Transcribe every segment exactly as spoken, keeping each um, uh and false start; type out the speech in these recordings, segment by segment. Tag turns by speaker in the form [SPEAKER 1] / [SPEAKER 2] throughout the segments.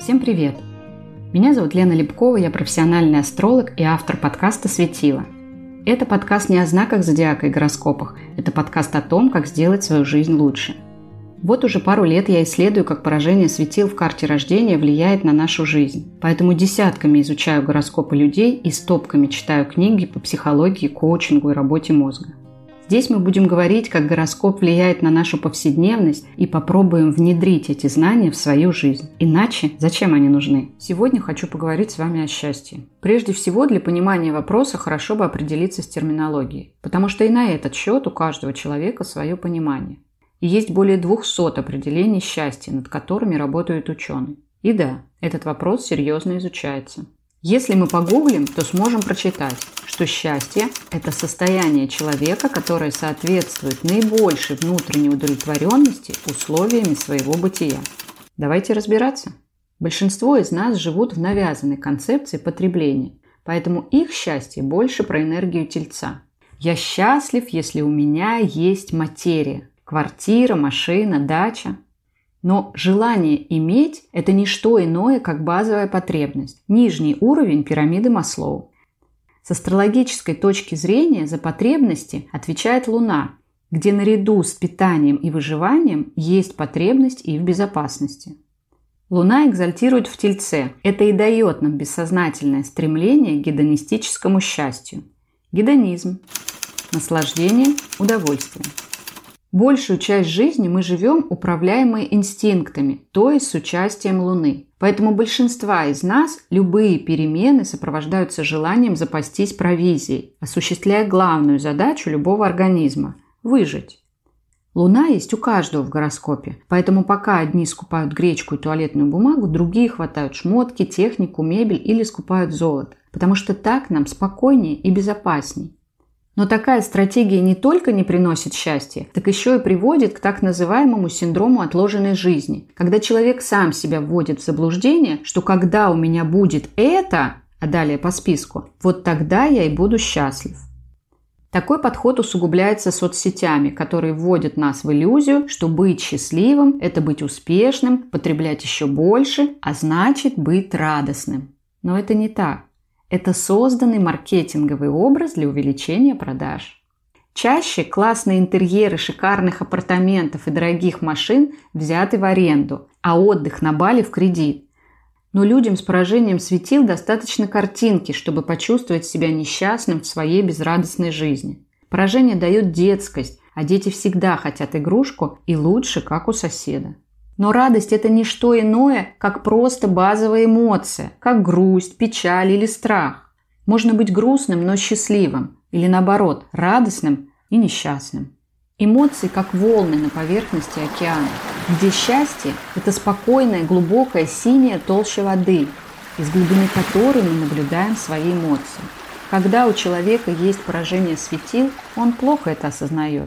[SPEAKER 1] Всем привет! Меня зовут Лена Лебкова, я профессиональный астролог и автор подкаста «Светило». Это подкаст не о знаках зодиака и гороскопах, это подкаст о том, как сделать свою жизнь лучше. Вот уже пару лет я исследую, как поражение светил в карте рождения влияет на нашу жизнь. Поэтому десятками изучаю гороскопы людей и стопками читаю книги по психологии, коучингу и работе мозга. Здесь мы будем говорить, как гороскоп влияет на нашу повседневность, и попробуем внедрить эти знания в свою жизнь. Иначе зачем они нужны? Сегодня хочу поговорить с вами о счастье. Прежде всего, для понимания вопроса хорошо бы определиться с терминологией, потому что и на этот счет у каждого человека свое понимание. И есть более двухсот определений счастья, над которыми работают ученые. И да, этот вопрос серьезно изучается. Если мы погуглим, то сможем прочитать, что счастье – это состояние человека, которое соответствует наибольшей внутренней удовлетворенности условиями своего бытия. Давайте разбираться. Большинство из нас живут в навязанной концепции потребления, поэтому их счастье больше про энергию тельца. Я счастлив, если у меня есть материя – квартира, машина, дача. Но желание иметь – это не что иное, как базовая потребность, нижний уровень пирамиды Маслоу. С астрологической точки зрения за потребности отвечает Луна, где наряду с питанием и выживанием есть потребность и в безопасности. Луна экзальтирует в Тельце. Это и дает нам бессознательное стремление к гедонистическому счастью. Гедонизм – наслаждение, удовольствие. Большую часть жизни мы живем, управляемые инстинктами, то есть с участием Луны. Поэтому большинства из нас любые перемены сопровождаются желанием запастись провизией, осуществляя главную задачу любого организма – выжить. Луна есть у каждого в гороскопе, поэтому пока одни скупают гречку и туалетную бумагу, другие хватают шмотки, технику, мебель или скупают золото, потому что так нам спокойнее и безопасней. Но такая стратегия не только не приносит счастья, так еще и приводит к так называемому синдрому отложенной жизни, когда человек сам себя вводит в заблуждение, что когда у меня будет это, а далее по списку, вот тогда я и буду счастлив. Такой подход усугубляется соцсетями, которые вводят нас в иллюзию, что быть счастливым – это быть успешным, потреблять еще больше, а значит быть радостным. Но это не так. Это созданный маркетинговый образ для увеличения продаж. Чаще классные интерьеры шикарных апартаментов и дорогих машин взяты в аренду, а отдых на Бали в кредит. Но людям с поражением светил достаточно картинки, чтобы почувствовать себя несчастным в своей безрадостной жизни. Поражение дает детскость, а дети всегда хотят игрушку и лучше, как у соседа. Но радость – это не что иное, как просто базовая эмоция, как грусть, печаль или страх. Можно быть грустным, но счастливым, или наоборот, радостным и несчастным. Эмоции как волны на поверхности океана, где счастье – это спокойная, глубокая, синяя толща воды, из глубины которой мы наблюдаем свои эмоции. Когда у человека есть поражение светил, он плохо это осознает.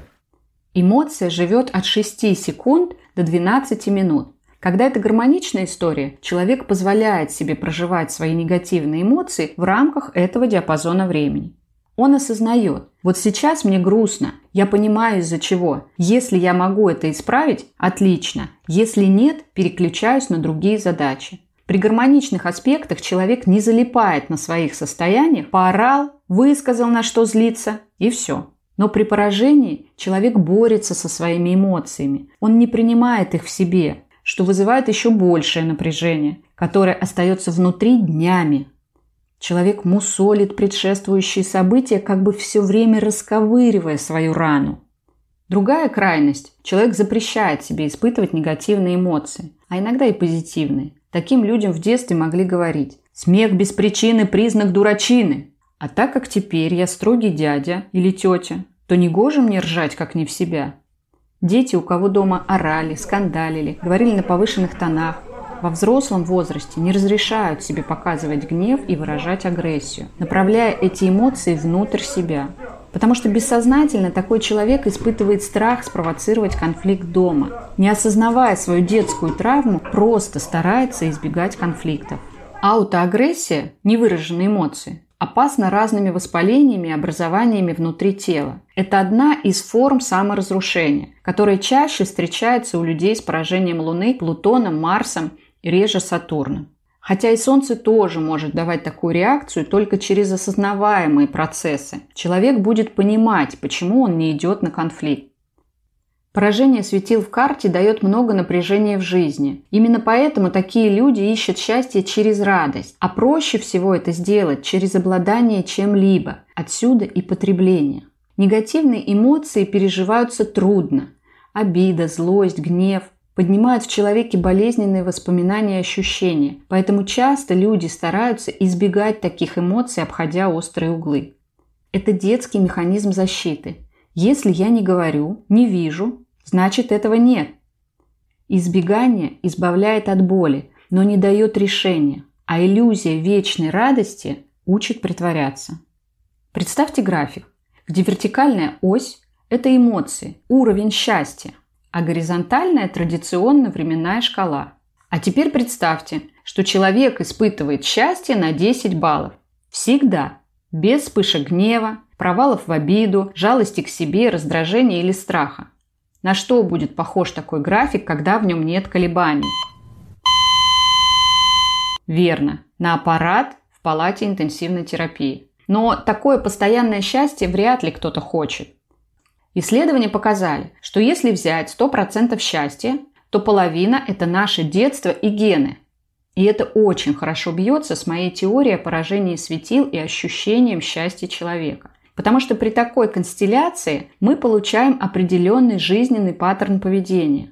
[SPEAKER 1] Эмоция живет от шести секунд до двенадцати минут. Когда это гармоничная история, человек позволяет себе проживать свои негативные эмоции в рамках этого диапазона времени. Он осознает: вот сейчас мне грустно, я понимаю из-за чего. Если я могу это исправить – отлично. Если нет – переключаюсь на другие задачи. При гармоничных аспектах человек не залипает на своих состояниях, поорал, высказал, на что злится, и все. Но при поражении человек борется со своими эмоциями. Он не принимает их в себе, что вызывает еще большее напряжение, которое остается внутри днями. Человек мусолит предшествующие события, как бы все время расковыривая свою рану. Другая крайность – человек запрещает себе испытывать негативные эмоции, а иногда и позитивные. Таким людям в детстве могли говорить: «Смех без причины – признак дурачины». А так как теперь я строгий дядя или тетя, то негоже мне ржать как не в себя. Дети, у кого дома орали, скандалили, говорили на повышенных тонах, во взрослом возрасте не разрешают себе показывать гнев и выражать агрессию, направляя эти эмоции внутрь себя. Потому что бессознательно такой человек испытывает страх спровоцировать конфликт дома. Не осознавая свою детскую травму, просто старается избегать конфликтов. Аутоагрессия – невыраженные эмоции. Опасна разными воспалениями и образованиями внутри тела. Это одна из форм саморазрушения, которая чаще встречается у людей с поражением Луны, Плутоном, Марсом и реже Сатурна. Хотя и Солнце тоже может давать такую реакцию только через осознаваемые процессы. Человек будет понимать, почему он не идет на конфликт. Поражение светил в карте дает много напряжения в жизни. Именно поэтому такие люди ищут счастье через радость. А проще всего это сделать через обладание чем-либо. Отсюда и потребление. Негативные эмоции переживаются трудно. Обида, злость, гнев поднимают в человеке болезненные воспоминания и ощущения. Поэтому часто люди стараются избегать таких эмоций, обходя острые углы. Это детский механизм защиты. Если я не говорю, не вижу, значит этого нет. Избегание избавляет от боли, но не дает решения, а иллюзия вечной радости учит притворяться. Представьте график, где вертикальная ось – это эмоции, уровень счастья, а горизонтальная – традиционно временная шкала. А теперь представьте, что человек испытывает счастье на десять баллов. Всегда. Без вспышек гнева, провалов в обиду, жалости к себе, раздражения или страха. На что будет похож такой график, когда в нем нет колебаний? Верно, на аппарат в палате интенсивной терапии. Но такое постоянное счастье вряд ли кто-то хочет. Исследования показали, что если взять сто процентов счастья, то половина – это наше детство и гены. И это очень хорошо бьется с моей теорией о поражении светил и ощущением счастья человека. Потому что при такой констелляции мы получаем определенный жизненный паттерн поведения.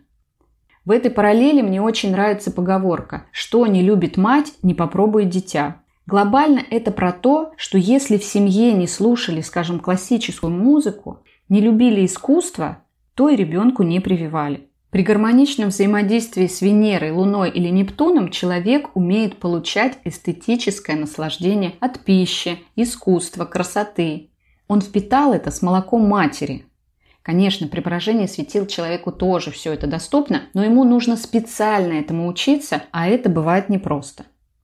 [SPEAKER 1] В этой параллели мне очень нравится поговорка «Что не любит мать, не попробует дитя». Глобально это про то, что если в семье не слушали, скажем, классическую музыку, не любили искусство, то и ребенку не прививали. При гармоничном взаимодействии с Венерой, Луной или Нептуном человек умеет получать эстетическое наслаждение от пищи, искусства, красоты. Он впитал это с молоком матери. Конечно, при поражении светил человеку тоже все это доступно, но ему нужно специально этому учиться, а это бывает непросто.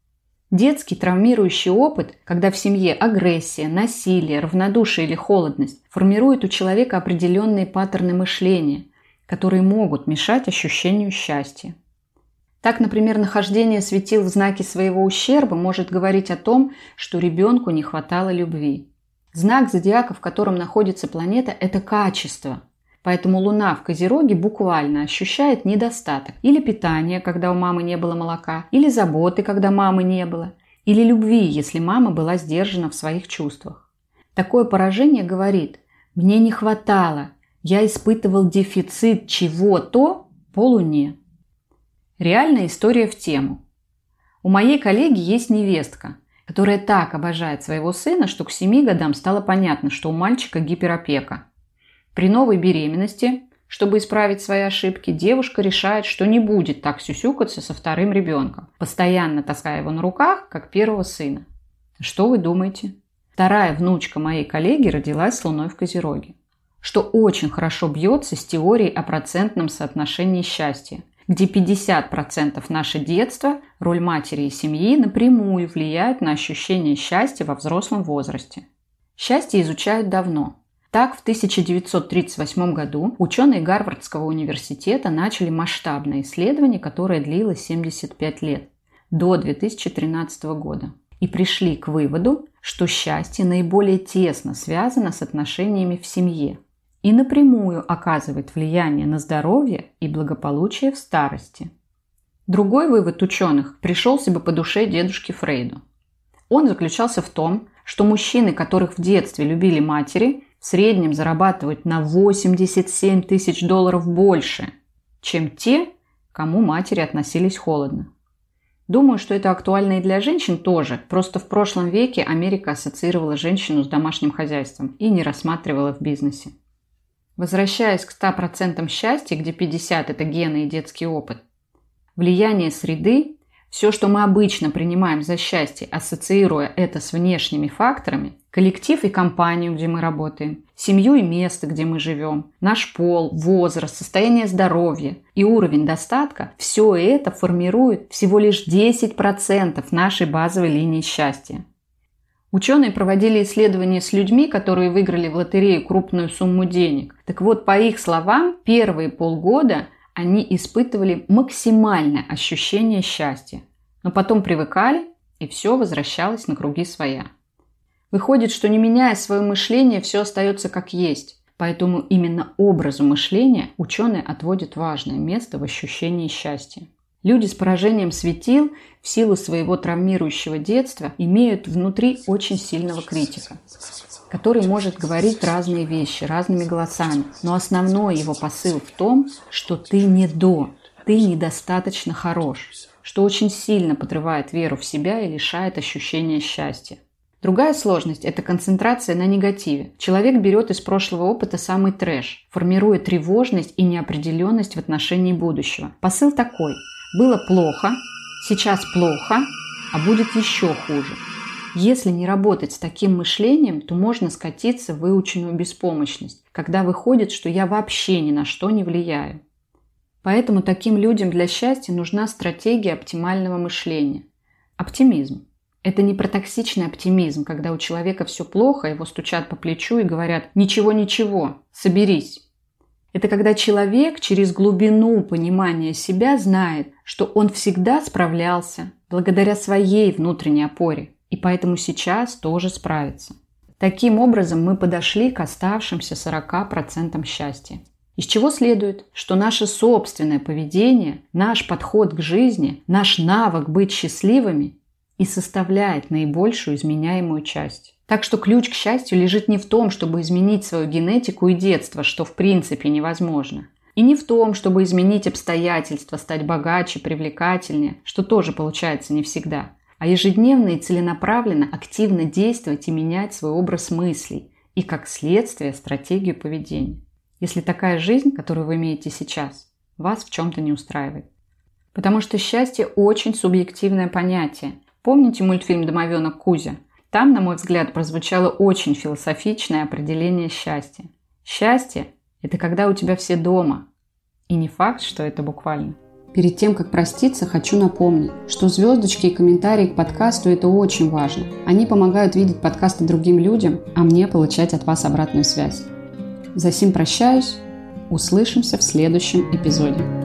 [SPEAKER 1] Детский травмирующий опыт, когда в семье агрессия, насилие, равнодушие или холодность, формирует у человека определенные паттерны мышления, которые могут мешать ощущению счастья. Так, например, нахождение светил в знаке своего ущерба может говорить о том, что ребенку не хватало любви. Знак зодиака, в котором находится планета, это качество. Поэтому Луна в Козероге буквально ощущает недостаток. Или питания, когда у мамы не было молока, или заботы, когда мамы не было, или любви, если мама была сдержана в своих чувствах. Такое поражение говорит «мне не хватало, я испытывал дефицит чего-то по Луне». Реальная история в тему. У моей коллеги есть невестка, которая так обожает своего сына, что к семи годам стало понятно, что у мальчика гиперопека. При новой беременности, чтобы исправить свои ошибки, девушка решает, что не будет так сюсюкаться со вторым ребенком, постоянно таская его на руках, как первого сына. Что вы думаете? Вторая внучка моей коллеги родилась с Луной в Козероге, что очень хорошо бьется с теорией о процентном соотношении счастья, где пятьдесят процентов наше детство, роль матери и семьи напрямую влияют на ощущение счастья во взрослом возрасте. Счастье изучают давно. Так, в тысяча девятьсот тридцать восьмом году ученые Гарвардского университета начали масштабное исследование, которое длилось семьдесят пять лет, до две тысячи тринадцатого года, и пришли к выводу, что счастье наиболее тесно связано с отношениями в семье и напрямую оказывает влияние на здоровье и благополучие в старости. Другой вывод ученых пришелся бы по душе дедушке Фрейду. Он заключался в том, что мужчины, которых в детстве любили матери, в среднем зарабатывают на восемьдесят семь тысяч долларов больше, чем те, кому матери относились холодно. Думаю, что это актуально и для женщин тоже, просто в прошлом веке Америка ассоциировала женщину с домашним хозяйством и не рассматривала в бизнесе. Возвращаясь к ста процентам счастья, где пятьдесят процентов это гены и детский опыт, влияние среды, все, что мы обычно принимаем за счастье, ассоциируя это с внешними факторами, коллектив и компанию, где мы работаем, семью и место, где мы живем, наш пол, возраст, состояние здоровья и уровень достатка, все это формирует всего лишь десять процентов нашей базовой линии счастья. Ученые проводили исследования с людьми, которые выиграли в лотерею крупную сумму денег. Так вот, по их словам, первые полгода они испытывали максимальное ощущение счастья, но потом привыкали, и все возвращалось на круги своя. Выходит, что не меняя свое мышление, все остается как есть, поэтому именно образу мышления ученые отводят важное место в ощущении счастья. Люди с поражением светил в силу своего травмирующего детства имеют внутри очень сильного критика, который может говорить разные вещи, разными голосами. Но основной его посыл в том, что ты не до, ты недостаточно хорош, что очень сильно подрывает веру в себя и лишает ощущения счастья. Другая сложность – это концентрация на негативе. Человек берет из прошлого опыта самый трэш, формируя тревожность и неопределенность в отношении будущего. Посыл такой – было плохо, сейчас плохо, а будет еще хуже. Если не работать с таким мышлением, то можно скатиться в выученную беспомощность, когда выходит, что я вообще ни на что не влияю. Поэтому таким людям для счастья нужна стратегия оптимального мышления. Оптимизм. Это не про токсичный оптимизм, когда у человека все плохо, его стучат по плечу и говорят «ничего-ничего, соберись». Это когда человек через глубину понимания себя знает, что он всегда справлялся благодаря своей внутренней опоре, и поэтому сейчас тоже справится. Таким образом мы подошли к оставшимся сорока процентам счастья. Из чего следует, что наше собственное поведение, наш подход к жизни, наш навык быть счастливыми и составляет наибольшую изменяемую часть. Так что ключ к счастью лежит не в том, чтобы изменить свою генетику и детство, что в принципе невозможно. И не в том, чтобы изменить обстоятельства, стать богаче, привлекательнее, что тоже получается не всегда. А ежедневно и целенаправленно активно действовать и менять свой образ мыслей и, как следствие, стратегию поведения. Если такая жизнь, которую вы имеете сейчас, вас в чем-то не устраивает. Потому что счастье очень субъективное понятие. Помните мультфильм «Домовенок Кузя»? Там, на мой взгляд, прозвучало очень философичное определение счастья. Счастье – это когда у тебя все дома. И не факт, что это буквально. Перед тем, как проститься, хочу напомнить, что звездочки и комментарии к подкасту – это очень важно. Они помогают видеть подкасты другим людям, а мне получать от вас обратную связь. За сим прощаюсь. Услышимся в следующем эпизоде.